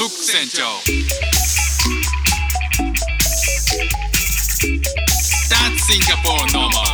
ック船長 That's Singapore normal。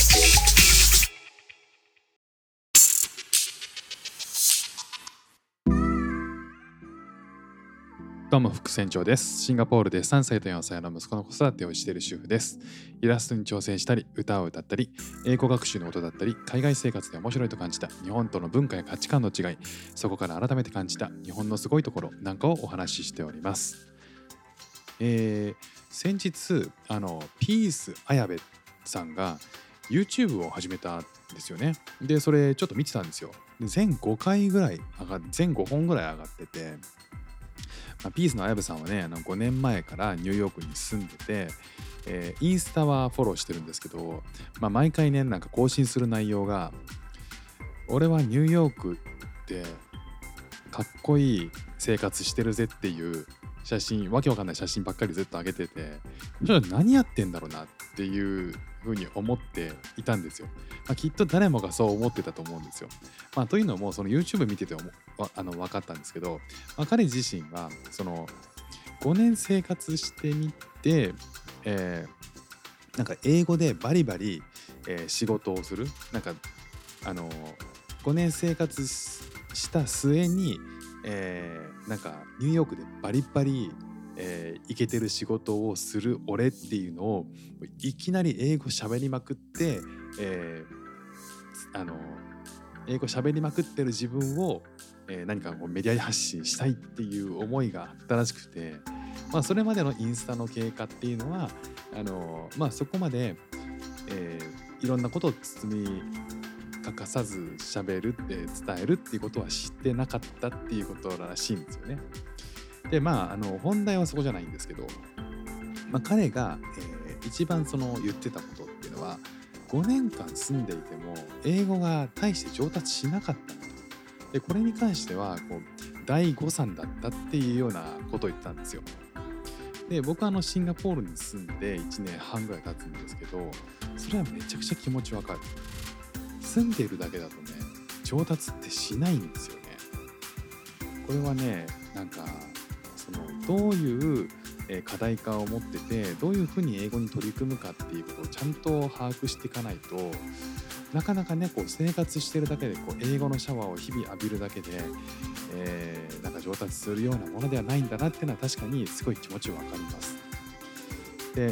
どうも副船長です。シンガポールで3歳と4歳の息子の子育てをしている主婦です。イラストに挑戦したり、歌を歌ったり、英語学習のことだったり、海外生活で面白いと感じた日本との文化や価値観の違い、そこから改めて感じた日本のすごいところなんかをお話ししております。先日ピース綾部さんが YouTube を始めたんですよね。でそれちょっと見てたんですよ。全5回ぐらい全5本ぐらい上がってて、ピースの綾部さんはね5年前からニューヨークに住んでて、インスタはフォローしてるんですけど、毎回ねなんか更新する内容が俺はニューヨークでかっこいい生活してるぜっていう写真、わけわかんない写真ばっかりずっと上げてて、何やってんだろうなっていうふうに思っていたんですよ。きっと誰もがそう思ってたと思うんですよ。というのもその YouTube 見てて分かったんですけど、彼自身はその5年生活してみて、なんか英語でバリバリ、仕事をする、5年生活した末に、なんかニューヨークでバリバリイケてる仕事をする俺っていうのをいきなり英語喋りまくって、英語喋りまくってる自分を、何かこうメディアに発信したいっていう思いがあったらしくて、それまでのインスタの経過っていうのはそこまで、いろんなことを包み欠かさず喋るって伝えるっていうことは知ってなかったっていうことらしいんですよね。で本題はそこじゃないんですけど、彼が、一番その言ってたことっていうのは5年間住んでいても英語が大して上達しなかったと。でこれに関してはこう大誤算だったっていうようなことを言ったんですよ。で僕はシンガポールに住んで1年半ぐらい経つんですけど、それはめちゃくちゃ気持ちわかる。住んでいるだけだとね上達ってしないんですよね。これはねそのどういう課題感を持っててどういうふうに英語に取り組むかっていうことをちゃんと把握していかないと、なかなかねこう生活してるだけでこう英語のシャワーを日々浴びるだけで、なんか上達するようなものではないんだなっていうのは確かにすごい気持ちわかります。で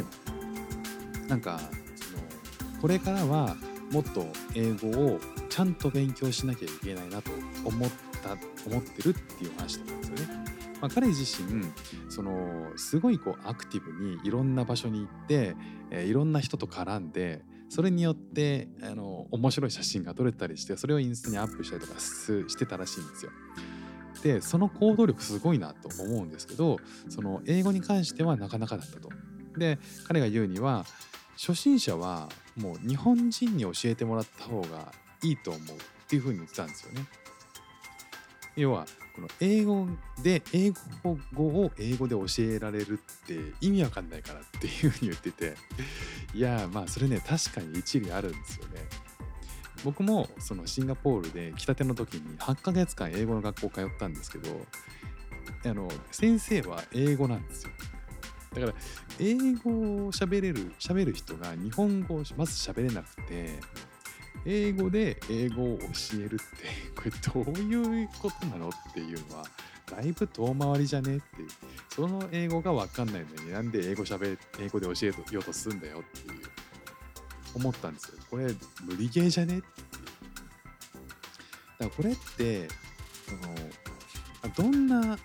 これからはもっと英語をちゃんと勉強しなきゃいけないなと思ってるっていう話だったんですよね。彼自身すごいこうアクティブにいろんな場所に行って、いろんな人と絡んで、それによって面白い写真が撮れたりして、それをインスタにアップしたりとかしてたらしいんですよ。でその行動力すごいなと思うんですけど、その英語に関してはなかなかだったと。で彼が言うには初心者はもう日本人に教えてもらった方がいいと思うっていうふうに言ってたんですよね。要はこの英語を英語で教えられるって意味わかんないからっていうふうに言ってて、いやそれね確かに一理あるんですよね。僕もそのシンガポールで来たての時に8ヶ月間英語の学校通ったんですけど、先生は英語なんですよ。だから英語を喋る人が日本語をまず喋れなくて英語で英語を教えるってこれどういうことなのっていうのはだいぶ遠回りじゃねっていう、その英語が分かんないのになんで英語で教えようとするんだよっていう思ったんですよ。これ無理ゲーじゃねっていう。だからこれってどんな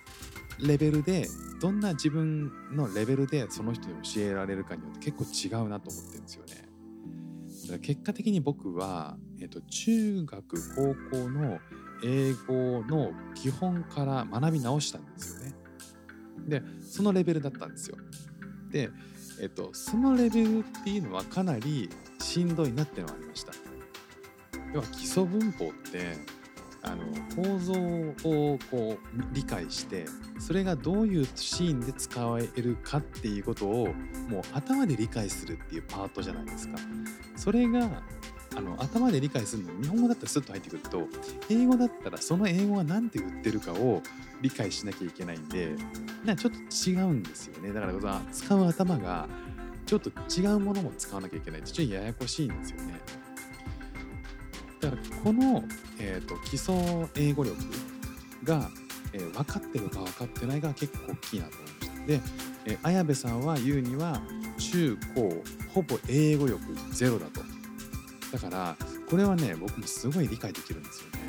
自分のレベルでその人に教えられるかによって結構違うなと思ってるんですよね。だから結果的に僕は、中学高校の英語の基本から学び直したんですよね。でそのレベルだったんですよ。で、そのレベルっていうのはかなりしんどいなっていうのがありました。要は基礎文法って構造をこう理解して、それがどういうシーンで使えるかっていうことをもう頭で理解するっていうパートじゃないですか。それが頭で理解するのに日本語だったらスッと入ってくると、英語だったらその英語が何て言ってるかを理解しなきゃいけないんで、ちょっと違うんですよね。だから使う頭がちょっと違うものも使わなきゃいけないってちょっとややこしいんですよね。だからこの、基礎英語力が、分かってるか分かってないが結構大きいなと思いました。で、綾部さんは言うには中高ほぼ英語力ゼロだと。だからこれはね、僕もすごい理解できるんですよ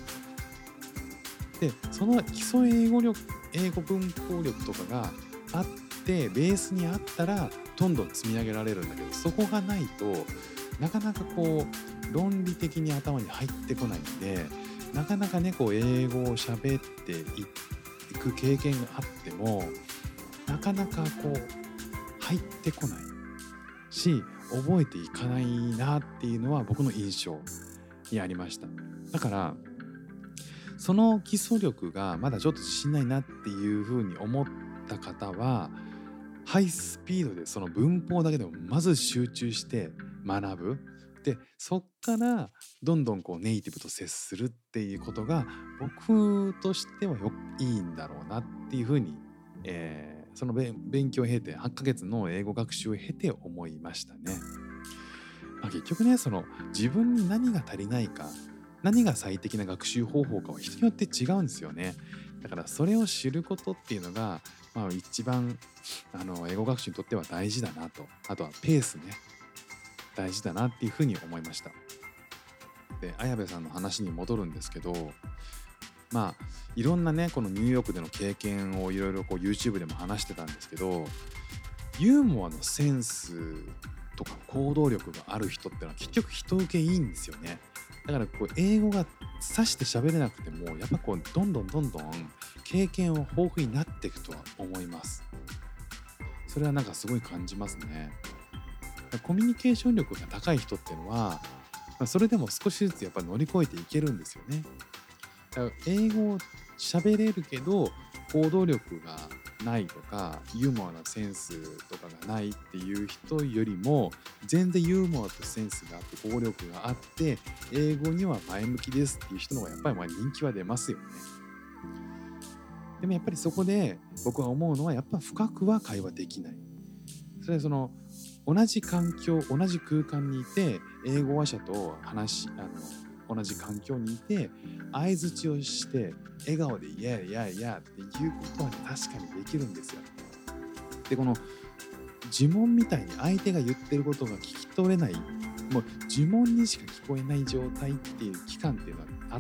ね。で、その基礎英語力、英語文法力とかがあってベースにあったらどんどん積み上げられるんだけど、そこがないとなかなか論理的に頭に入ってこないんで、なかなかね英語を喋っていく経験があってもなかなか入ってこないし、覚えていかないなっていうのは僕の印象にありました。だからその基礎力がまだちょっと自信ないなっていうふうに思った方は、ハイスピードでその文法だけでもまず集中して学ぶ。で、そっからどんどんネイティブと接するっていうことが僕としてはいいんだろうなっていうふうに、その勉強を経て8ヶ月の英語学習を経て思いましたね。結局ね、その自分に何が足りないか、何が最適な学習方法かは人によって違うんですよね。だからそれを知ることっていうのが、一番英語学習にとっては大事だなと。あとはペースね、大事だなっていうふうに思いました。で、綾部さんの話に戻るんですけど、いろんなねこのニューヨークでの経験をいろいろYouTube でも話してたんですけど、ユーモアのセンスとか行動力がある人ってのは結局人受けいいんですよね。だから英語がさして喋れなくてもやっぱどんどん経験は豊富になっていくとは思います。それはすごい感じますね。コミュニケーション力が高い人っていうのは、それでも少しずつやっぱ乗り越えていけるんですよね。だから英語を喋れるけど行動力がないとかユーモアなセンスとかがないっていう人よりも、全然ユーモアとセンスがあって行動力があって英語には前向きですっていう人の方がやっぱり人気は出ますよね。でもやっぱりそこで僕は思うのは、やっぱ深くは会話できない。それは同じ環境、同じ空間にいて英語話者と同じ環境にいて相づちをして笑顔でイヤイヤイヤっていうことは確かにできるんですよ。で、この呪文みたいに相手が言ってることが聞き取れない、もう呪文にしか聞こえない状態っていう期間っていうのがあって、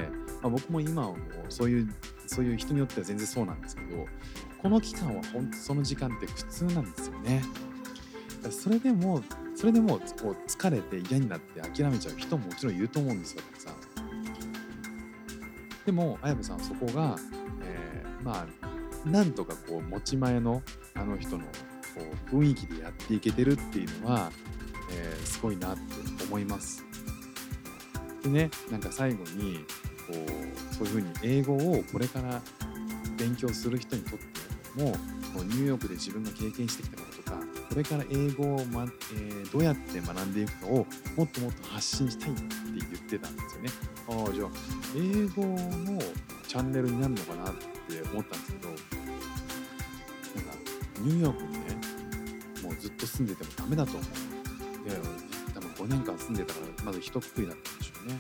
僕も今はもうそういう人によっては全然そうなんですけど、この期間は本当その時間って普通なんですよね。だからそれでも疲れて嫌になって諦めちゃう人ももちろんいると思うんですよ、たくさん。でも綾部さんはそこが、なんとか持ち前の人の雰囲気でやっていけてるっていうのは、すごいなって思います。でね、最後にそういうふうに英語をこれから勉強する人にとっても、ニューヨークで自分が経験してきたこととか、これから英語を、どうやって学んでいくかをもっともっと発信したいって言ってたんですよね。じゃあ英語のチャンネルになるのかなって思ったんですけど、ニューヨークにねもうずっと住んでてもダメだと思う。で、多分5年間住んでたからまず一括りだったんでしょうね。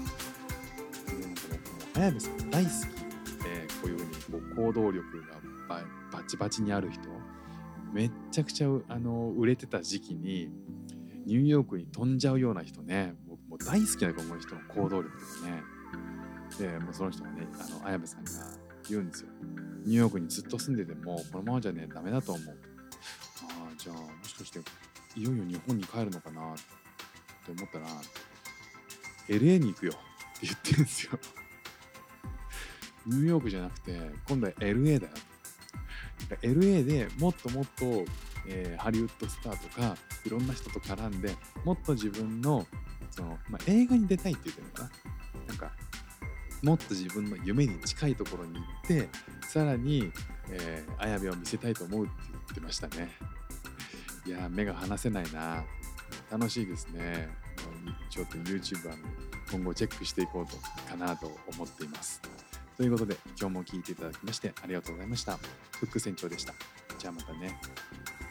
で、綾部さん大好き、こういうふうに行動力がバチバチにある人、めっちゃくちゃ売れてた時期にニューヨークに飛んじゃうような人ね、僕もう大好きなこの人の行動力とかね。でもうその人がね、綾部さんが言うんですよ。ニューヨークにずっと住んでてもこのままじゃねダメだと思う。じゃあもしかしていよいよ日本に帰るのかなって思ったら LA に行くよって言ってるんですよ。ニューヨークじゃなくて今度は LA だよ。LA でもっともっと、ハリウッドスターとかいろんな人と絡んでもっと自分の映画に出たいって言ってるのかな、もっと自分の夢に近いところに行ってさらに、綾部を見せたいと思うって言ってましたね。いや、目が離せないな。楽しいですね。 ちょっと YouTube 今後チェックしていこうとかなと思っています。ということで今日も聞いていただきましてありがとうございました。フック船長でした。じゃあまたね。